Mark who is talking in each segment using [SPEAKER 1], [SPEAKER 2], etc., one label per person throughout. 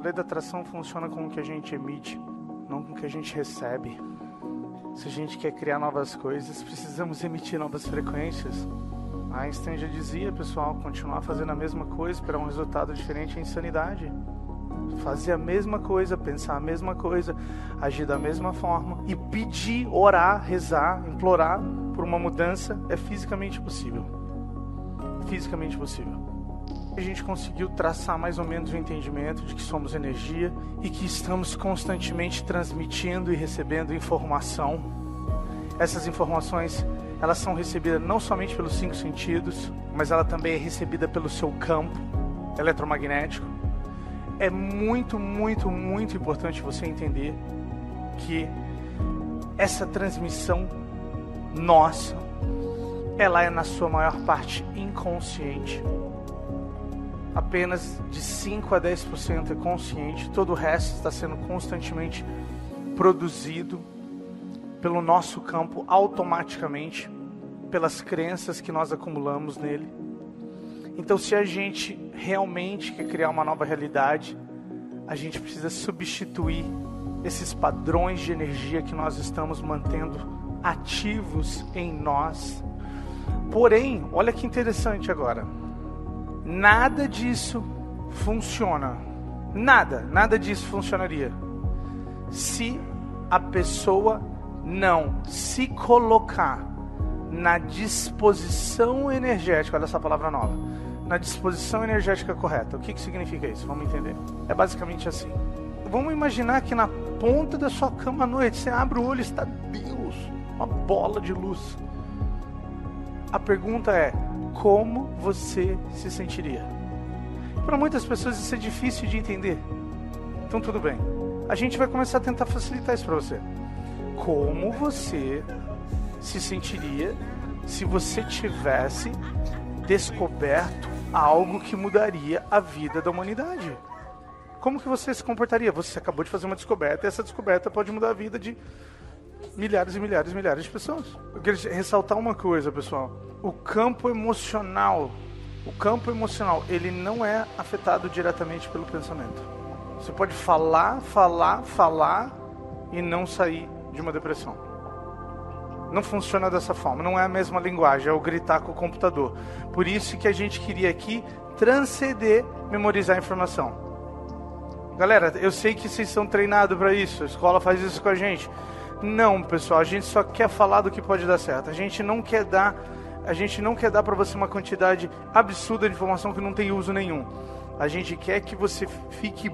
[SPEAKER 1] lei da atração funciona com o que a gente emite, não com o que a gente recebe. Se a gente quer criar novas coisas, precisamos emitir novas frequências. Einstein já dizia, pessoal, continuar fazendo a mesma coisa, esperar um resultado diferente é insanidade. Fazer a mesma coisa, pensar a mesma coisa, agir da mesma forma e pedir, orar, rezar, implorar por uma mudança é fisicamente possível. Fisicamente possível. A gente conseguiu traçar mais ou menos o entendimento de que somos energia e que estamos constantemente transmitindo e recebendo informação. Essas informações, elas são recebidas não somente pelos 5 sentidos, mas ela também é recebida pelo seu campo eletromagnético. É muito, muito, muito importante você entender que essa transmissão nossa, ela é na sua maior parte inconsciente. Apenas de 5 a 10% é consciente, todo o resto está sendo constantemente produzido pelo nosso campo automaticamente, pelas crenças que nós acumulamos nele. Então, se a gente realmente quer criar uma nova realidade, a gente precisa substituir esses padrões de energia que nós estamos mantendo ativos em nós. Porém, olha que interessante agora. Nada disso funciona. Nada disso funcionaria se a pessoa não se colocar na disposição energética, olha essa palavra nova, na disposição energética correta. O que significa isso? Vamos entender. É basicamente assim. Vamos imaginar que na ponta da sua cama à noite, você abre o olho e está Deus, uma bola de luz. A pergunta é, como você se sentiria? Para muitas pessoas isso é difícil de entender. Então tudo bem. A gente vai começar a tentar facilitar isso para você. Como você se sentiria se você tivesse descoberto algo que mudaria a vida da humanidade? Como que você se comportaria? Você acabou de fazer uma descoberta e essa descoberta pode mudar a vida de milhares e milhares e milhares de pessoas. Eu quero ressaltar uma coisa, pessoal. O campo emocional, ele não é afetado diretamente pelo pensamento. Você pode falar e não sair de uma depressão. Não funciona dessa forma, não é a mesma linguagem, é o gritar com o computador. Por isso que a gente queria aqui transcender, memorizar a informação. Galera, eu sei que vocês são treinados para isso, a escola faz isso com a gente. Não, pessoal, a gente só quer falar do que pode dar certo. A gente não quer dar para você uma quantidade absurda de informação que não tem uso nenhum. A gente quer que você fique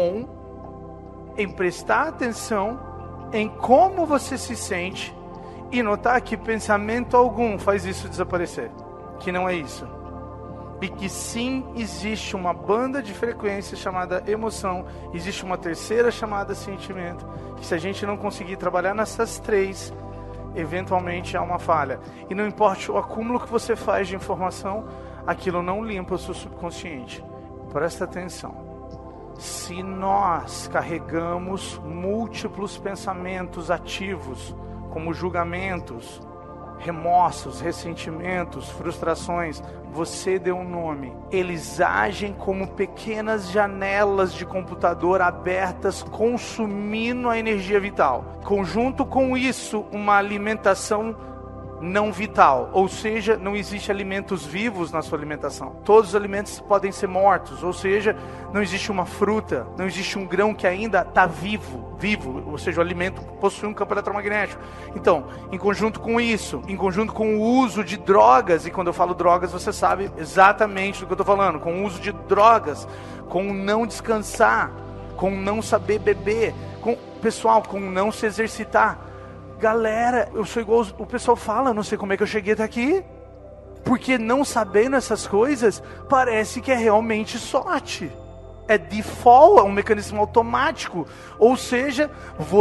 [SPEAKER 1] bom em prestar atenção em como você se sente e notar que pensamento algum faz isso desaparecer. Que não é isso. E que sim, existe uma banda de frequências chamada emoção, existe uma terceira chamada sentimento, que se a gente não conseguir trabalhar nessas 3, eventualmente há uma falha. E não importa o acúmulo que você faz de informação, aquilo não limpa o seu subconsciente. Presta atenção. Se nós carregamos múltiplos pensamentos ativos, como julgamentos, remorsos, ressentimentos, frustrações, você deu um nome. Eles agem como pequenas janelas de computador abertas, consumindo a energia vital. Conjunto com isso, uma alimentação não vital, ou seja, não existe alimentos vivos na sua alimentação. Todos os alimentos podem ser mortos, ou seja, não existe uma fruta, não existe um grão que ainda está vivo, ou seja, o alimento possui um campo eletromagnético. Então, em conjunto com isso, em conjunto com o uso de drogas, e quando eu falo drogas, você sabe exatamente do que eu estou falando, com o uso de drogas, com o não descansar, com o não saber beber, com não se exercitar. Galera, eu sou igual o pessoal fala, eu não sei como é que eu cheguei até aqui. Porque não sabendo essas coisas, parece que é realmente sorte. É default, é um mecanismo automático. Ou seja,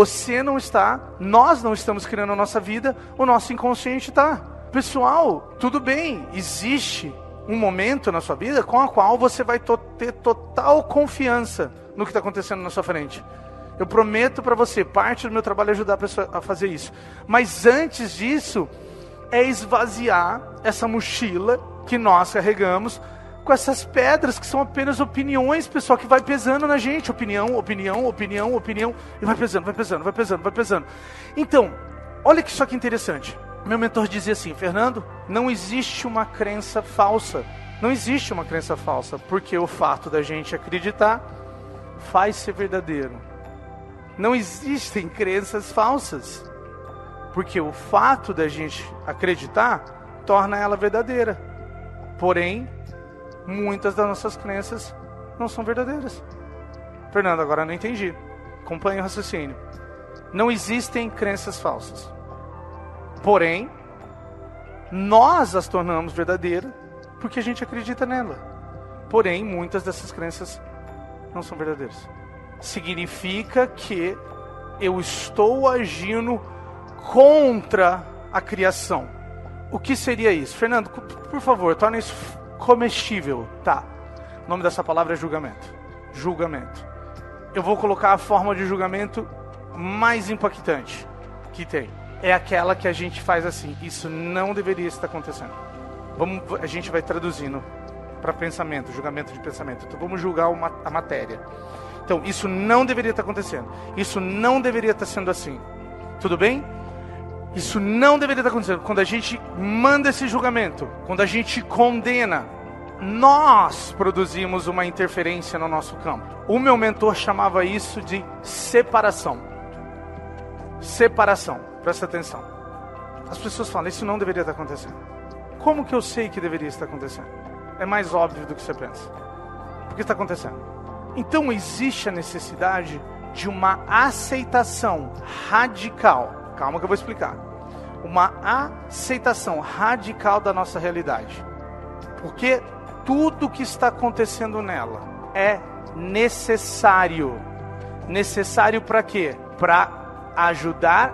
[SPEAKER 1] nós não estamos criando a nossa vida, o nosso inconsciente está. Pessoal, tudo bem, existe um momento na sua vida com a qual você vai ter total confiança no que está acontecendo na sua frente. Eu prometo para você, parte do meu trabalho é ajudar a pessoa a fazer isso. Mas antes disso, é esvaziar essa mochila que nós carregamos com essas pedras que são apenas opiniões, pessoal, que vai pesando na gente. Opinião, e vai pesando. Então, olha que só que interessante. Meu mentor dizia assim: Fernando, não existe uma crença falsa. Não existe uma crença falsa, porque o fato da gente acreditar faz ser verdadeiro. Não existem crenças falsas, porque o fato da gente acreditar torna ela verdadeira. Porém, muitas das nossas crenças não são verdadeiras. Fernando, agora não entendi. Acompanhe o raciocínio. Não existem crenças falsas. Porém, nós as tornamos verdadeiras porque a gente acredita nela. Porém, muitas dessas crenças não são verdadeiras. Significa que eu estou agindo contra a criação. O que seria isso? Fernando, por favor, torne isso comestível. Tá. O nome dessa palavra é julgamento. Julgamento. Eu vou colocar a forma de julgamento mais impactante que tem. É aquela que a gente faz assim: isso não deveria estar acontecendo. A gente vai traduzindo para pensamento, julgamento de pensamento. Então vamos julgar a matéria. Então, isso não deveria estar acontecendo. Isso não deveria estar sendo assim. Tudo bem? Isso não deveria estar acontecendo. Quando a gente manda esse julgamento, quando a gente condena, nós produzimos uma interferência no nosso campo. O meu mentor chamava isso de separação. Separação. Presta atenção. As pessoas falam: isso não deveria estar acontecendo. Como que eu sei que deveria estar acontecendo? É mais óbvio do que você pensa. Porque está acontecendo. Então existe a necessidade de uma aceitação radical. Calma que eu vou explicar. Uma aceitação radical da nossa realidade. Porque tudo que está acontecendo nela é necessário. Necessário para quê? Para ajudar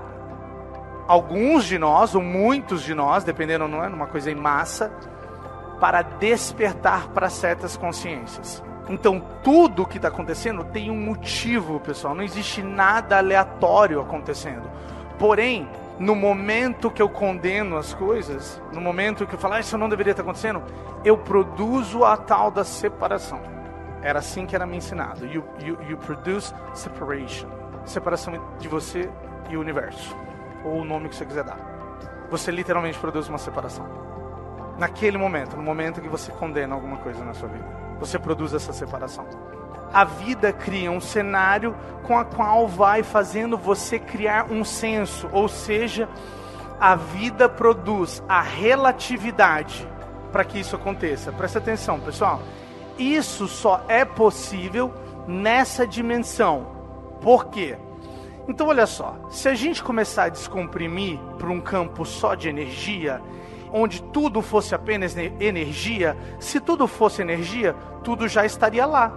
[SPEAKER 1] alguns de nós, ou muitos de nós, dependendo, não é numa coisa em massa, para despertar para certas consciências. Então, tudo o que está acontecendo tem um motivo, pessoal. Não existe nada aleatório acontecendo. Porém, no momento que eu condeno as coisas, no momento que eu falo: isso não deveria estar acontecendo, eu produzo a tal da separação. Era assim que era me ensinado. You produce separation. Separação de você e o universo. Ou o nome que você quiser dar. Você literalmente produz uma separação. Naquele momento, no momento que você condena alguma coisa na sua vida, você produz essa separação. A vida cria um cenário com a qual vai fazendo você criar um senso. Ou seja, a vida produz a relatividade para que isso aconteça. Presta atenção, pessoal. Isso só é possível nessa dimensão. Por quê? Então olha só, se a gente começar a descomprimir para um campo só de energia, onde tudo fosse apenas energia, se tudo fosse energia, tudo já estaria lá.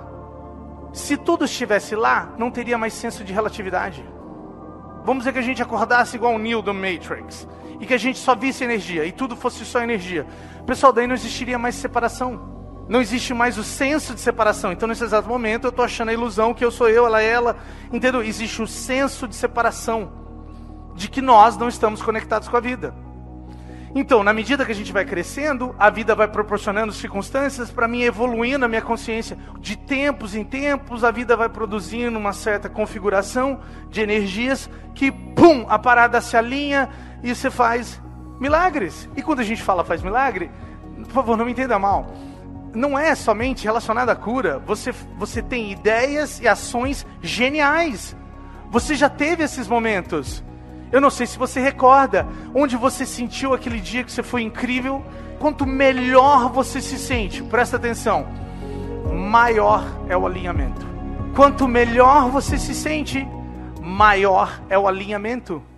[SPEAKER 1] Se tudo estivesse lá, não teria mais senso de relatividade. Vamos dizer que a gente acordasse igual o Neo do Matrix, e que a gente só visse energia, e tudo fosse só energia. Pessoal, daí não existiria mais separação. Não existe mais o senso de separação. Então, nesse exato momento, eu estou achando a ilusão que eu sou eu, ela é ela. Entendeu? Existe um senso de separação, de que nós não estamos conectados com a vida. Então, na medida que a gente vai crescendo, a vida vai proporcionando circunstâncias para mim evoluindo a minha consciência. De tempos em tempos, a vida vai produzindo uma certa configuração de energias que, pum, a parada se alinha e você faz milagres. E quando a gente fala faz milagre, por favor, não me entenda mal. Não é somente relacionado à cura. Você tem ideias e ações geniais. Você já teve esses momentos. Eu não sei se você recorda, onde você sentiu aquele dia que você foi incrível. Quanto melhor você se sente, presta atenção, maior é o alinhamento. Quanto melhor você se sente, maior é o alinhamento.